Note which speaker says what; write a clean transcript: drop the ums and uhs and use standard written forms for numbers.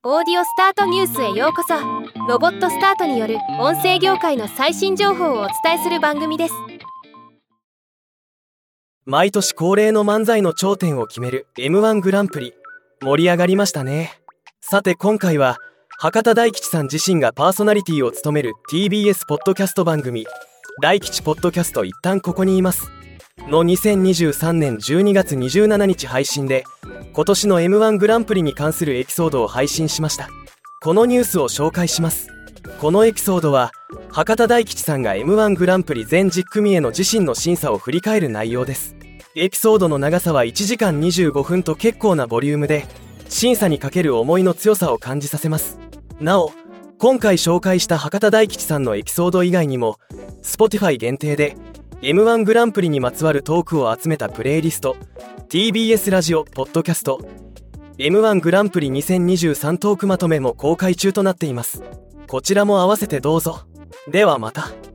Speaker 1: オーディオスタートニュースへようこそ。ロボットスタートによる音声業界の最新情報をお伝えする番組です。
Speaker 2: 毎年恒例の漫才の頂点を決める M1 グランプリ、盛り上がりましたね。さて今回は博多大吉さん自身がパーソナリティを務める TBS ポッドキャスト番組大吉ポッドキャスト一旦ここにいますの2023年12月27日配信で今年の M1 グランプリに関するエピソードを配信しました。このニュースを紹介します。このエピソードは博多大吉さんが M1 グランプリ全10組への自身の審査を振り返る内容です。エピソードの長さは1時間25分と結構なボリュームで審査にかける思いの強さを感じさせます。なお今回紹介した博多大吉さんのエピソード以外にも Spotify 限定で M1 グランプリにまつわるトークを集めたプレイリスト TBS ラジオポッドキャスト M1 グランプリ2023トークまとめも公開中となっています。こちらも合わせてどうぞ。ではまた。